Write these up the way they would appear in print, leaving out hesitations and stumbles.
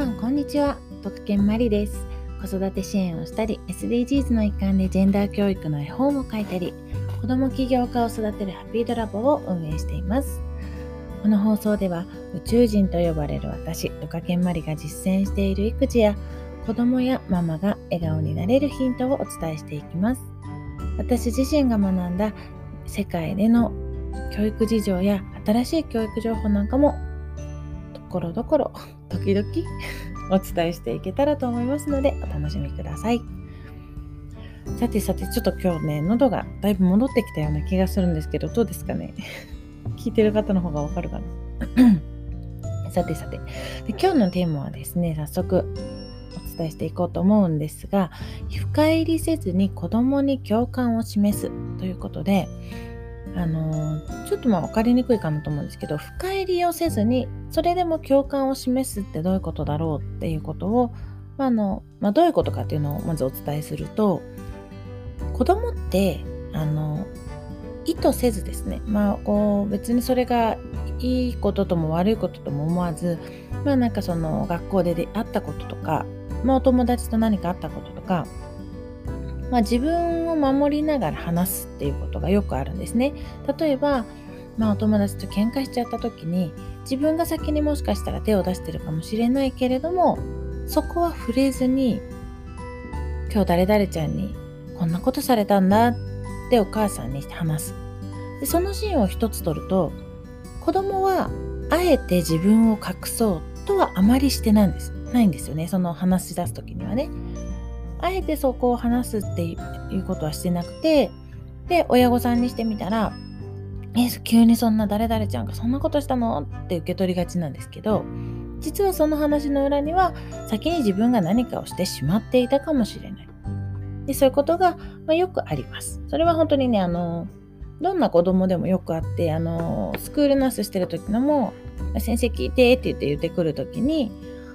さんこんにちは、徳健まりです。子育て支援をしたり SDGs の一環でジェンダー教育の絵本を書いたり、子ども起業家を育てるハッピードラボを運営しています。この放送では宇宙人と呼ばれる私、徳健まりが実践している育児や子どもやママが笑顔になれるヒントをお伝えしていきます。私自身が学んだ世界での教育事情や新しい教育情報なんかもところどころ時々お伝えしていけたらと思いますのでお楽しみください。さてちょっと今日ね、喉がだいぶ戻ってきたような気がするんですけど、どうですかね聞いてる方の方がわかるかなさてで今日のテーマはですね、早速お伝えしていこうと思うんですが、深入りせずに子供に共感を示すということで、ちょっと分かりにくいかなと思うんですけど、深入りをせずにそれでも共感を示すってどういうことだろうっていうことを、どういうことかっていうのをまずお伝えすると、子供って意図せずですね、別にそれがいいこととも悪いこととも思わず、その学校で出会ったこととか、お友達と何かあったこととか、自分を守りながら話すっていうことがよくあるんですね。例えば、お友達と喧嘩しちゃった時に、自分が先にもしかしたら手を出してるかもしれないけれども、そこは触れずに、今日誰々ちゃんにこんなことされたんだってお母さんに話す。でそのシーンを一つ取ると、子供はあえて自分を隠そうとはあまりしてないんですよね。その話し出す時にはね。あえてそこを話すっていうことはしてなくて、で親御さんにしてみたら、急にそんな誰々ちゃんがそんなことしたのって受け取りがちなんですけど、実はその話の裏には先に自分が何かをしてしまっていたかもしれない。でそういうことが、よくあります。それは本当にね、どんな子供でもよくあって、スクールナースしてる時のも、先生聞いてって言ってくる時に、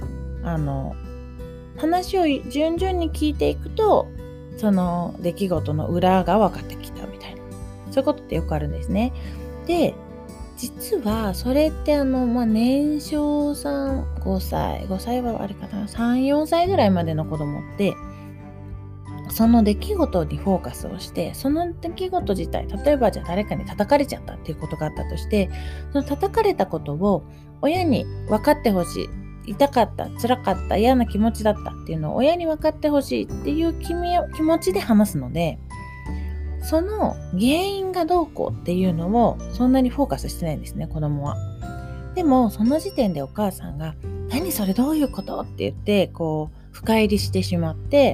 話を順々に聞いていくと、その出来事の裏が分かってきたみたいな、そういうことってよくあるんですね。で、実はそれって年少5歳はあれかな、3、4歳ぐらいまでの子供って、その出来事にフォーカスをして、その出来事自体、例えばじゃあ誰かに叩かれちゃったっていうことがあったとして、その叩かれたことを親に分かってほしい、痛かった、辛かった、嫌な気持ちだったっていうのを親に分かってほしいっていう気持ちで話すので、その原因がどうこうっていうのをそんなにフォーカスしてないんですね、子供は。でもその時点でお母さんが何それどういうことって言って深入りしてしまって、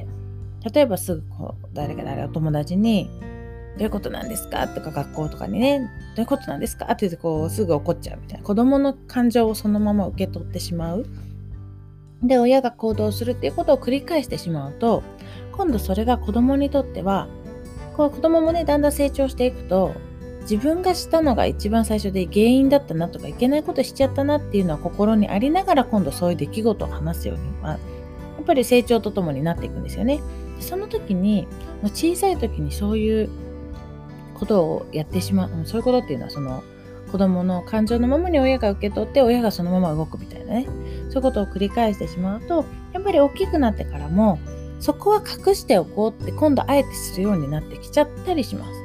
例えばすぐ誰お友達にどういうことなんですかとか、学校とかにね、どういうことなんですかって言ってすぐ怒っちゃうみたいな、子供の感情をそのまま受け取ってしまう。で、親が行動するっていうことを繰り返してしまうと、今度それが子供にとっては、子供もね、だんだん成長していくと、自分がしたのが一番最初で原因だったなとか、いけないことしちゃったなっていうのは心にありながら、今度そういう出来事を話すようには、やっぱり成長とともになっていくんですよね。その時に、小さい時にそういうことをやってしまう、そういうことっていうのは、その子供の感情のままに親が受け取って、親がそのまま動くみたいなね、そういうことを繰り返してしまうと、やっぱり大きくなってからもそこは隠しておこうって今度あえてするようになってきちゃったりします。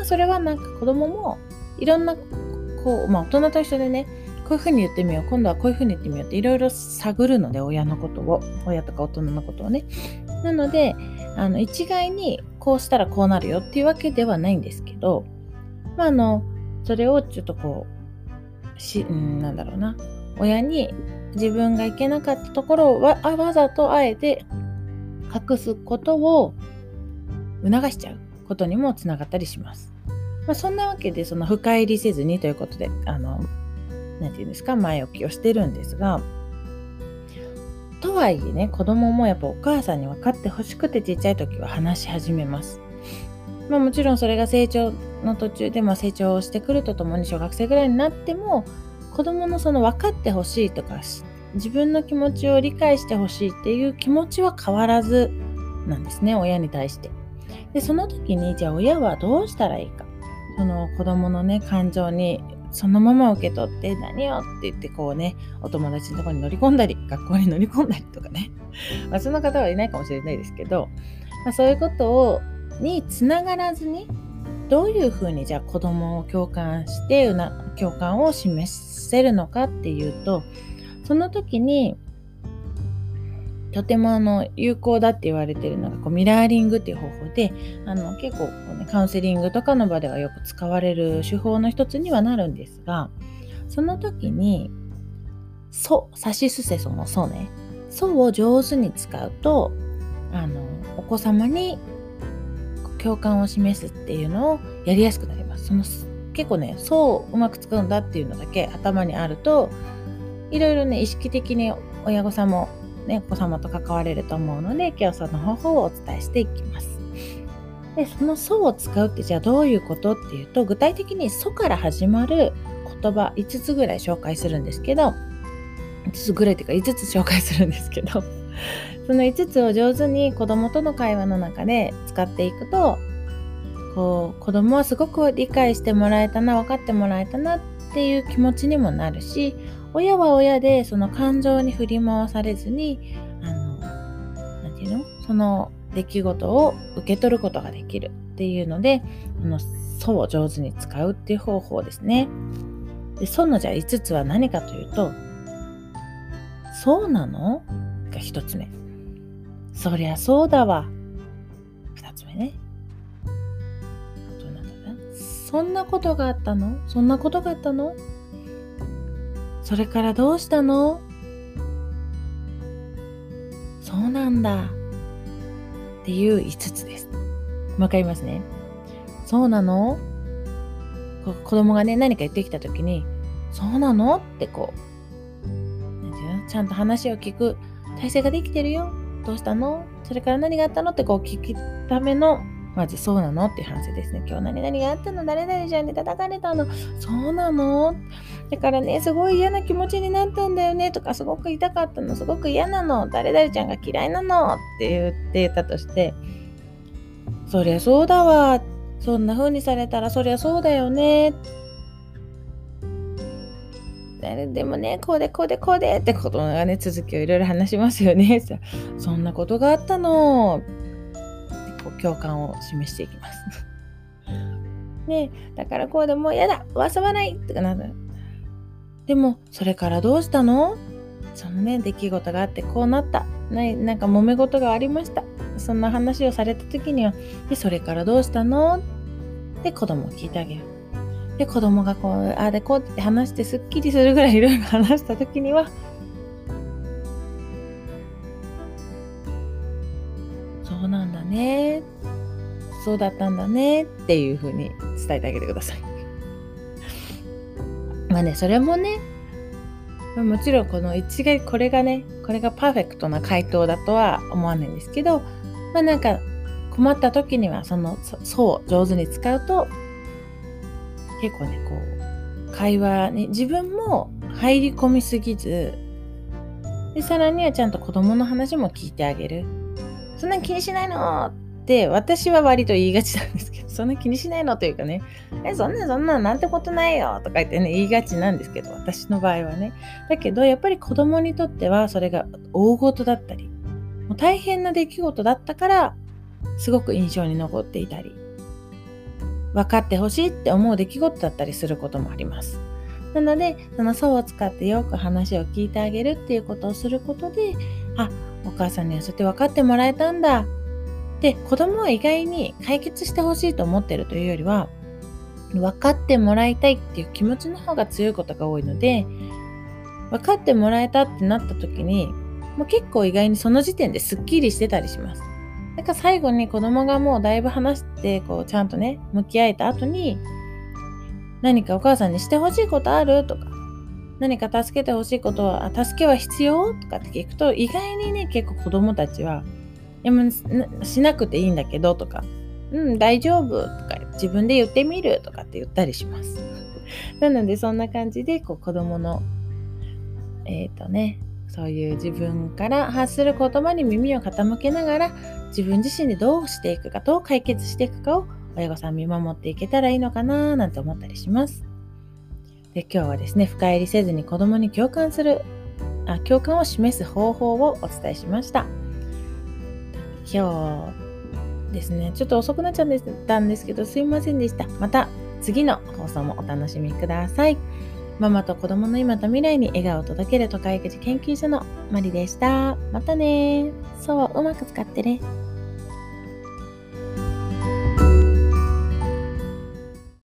それは子供もいろんな大人と一緒でね、こういうふうに言ってみよう、今度はこういうふうに言ってみようっていろいろ探るので、親とか大人のことをね。なので一概にこうしたらこうなるよっていうわけではないんですけど、それをちょっと親に自分がいけなかったところをわざとあえて隠すことを促しちゃうことにもつながったりします。そんなわけで、その深入りせずにということでなんていうんですか、前置きをしてるんですが、とはいえね、子供もやっぱお母さんに分かってほしくてちっちゃい時は話し始めます。もちろんそれが成長の途中で、成長してくるとともに小学生ぐらいになっても、子供のその分かってほしいとか、自分の気持ちを理解してほしいっていう気持ちは変わらずなんですね、親に対して。で、その時にじゃあ親はどうしたらいいか。その子供のね、感情にそのまま受け取って何よって言ってこうね、お友達のところに乗り込んだり、学校に乗り込んだりとかね。その方はいないかもしれないですけど、そういうことにつながらずに、どういうふうにじゃあ子供を共感して共感を示せるのかっていうと、その時にとても有効だって言われているのがミラーリングっていう方法で、結構カウンセリングとかの場ではよく使われる手法の一つにはなるんですが、その時にさしすせそのそうね、を上手に使うとお子様に共感を示すっていうのをやりやすくなります。結構ね、をうまく使うんだっていうのだけ頭にあると、いろいろね、意識的に親御さんもね、お子様と関われると思うので、今日はその方法をお伝えしていきます。で、そのを使うってじゃあどういうことっていうと、具体的にから始まる言葉5つぐらい紹介するんですけど、5つぐらいっていうか5つ紹介するんですけど、その5つを上手に子供との会話の中で使っていくと、子供はすごく理解してもらえたな、分かってもらえたなっていう気持ちにもなるし、親は親でその感情に振り回されずに、なんていうの？その出来事を受け取ることができるっていうので、を上手に使うっていう方法ですね。で、のじゃあ5つは何かというと、そうなの？が1つ目。そりゃそうだわ。2つ目ね。あとなんだろうな。そんなことがあったの？そんなことがあったの？それからどうしたの？そうなんだ。っていう5つです。もう一回言いますね。そうなの？子供がね、何か言ってきたときに、そうなの？ってなんていうの？ちゃんと話を聞く体制ができてるよ。どうしたの？それから何があったの？って聞くための、まずそうなのっていう話ですね。今日何々があったの？誰々ちゃんに叩かれたの？そうなの？だからね、すごい嫌な気持ちになったんだよねとか、すごく痛かったの、すごく嫌なの、誰々ちゃんが嫌いなのって言ったとして、そりゃそうだわ、そんな風にされたらそりゃそうだよね、でもね、こうでって子供がね、続きをいろいろ話しますよね。そんなことがあったのって共感を示していきますね。だからこうでもうやだ、遊ばないとかなる。でもそれからどうしたの？そのね、出来事があってこうなった、なんか揉め事がありました。そんな話をされた時には、でそれからどうしたの？って子供を聞いてあげる。で子供がああでこうって話してすっきりするぐらいいろいろ話した時には、そうなんだね、そうだったんだねっていう風に伝えてあげてください。まあね、それもね、もちろんこれがパーフェクトな回答だとは思わないんですけど、なんか困った時にはそう上手に使うと、結構ね、会話に自分も入り込みすぎず、でさらにはちゃんと子供の話も聞いてあげる。そんな気にしないのって私は割と言いがちなんですけど、そんな気にしないのというかね、そんななんてことないよとか言ってね、言いがちなんですけど、私の場合はね。だけどやっぱり子供にとってはそれが大事だったり、もう大変な出来事だったからすごく印象に残っていたり、分かってほしいって思う出来事だったりすることもあります。なので、そを使ってよく話を聞いてあげるっていうことをすることで、お母さんにはそうやって分かってもらえたんだ。で、子供は意外に解決してほしいと思ってるというよりは、分かってもらいたいっていう気持ちの方が強いことが多いので、分かってもらえたってなった時に、もう結構意外にその時点ですっきりしてたりします。だから最後に子供がもうだいぶ話してちゃんとね向き合えた後に、何かお母さんにしてほしいことあるとか、何か助けてほしいことは助けは必要とかって聞くと、意外にね結構子供たちは、しなくていいんだけどとか、大丈夫とか自分で言ってみるとかって言ったりしますなのでそんな感じで子供のそういう自分から発する言葉に耳を傾けながら、自分自身でどうしていくか、どう解決していくかを親御さん見守っていけたらいいのかななんて思ったりします。 で、今日はですね、深入りせずに子供に共感を示す方法をお伝えしました。今日ですね、ちょっと遅くなっちゃったんですけど、すいませんでした。また次の放送もお楽しみください。ママと子供の今と未来に笑顔を届ける都会育児研究所のマリでした。またね。そう、うまく使ってね。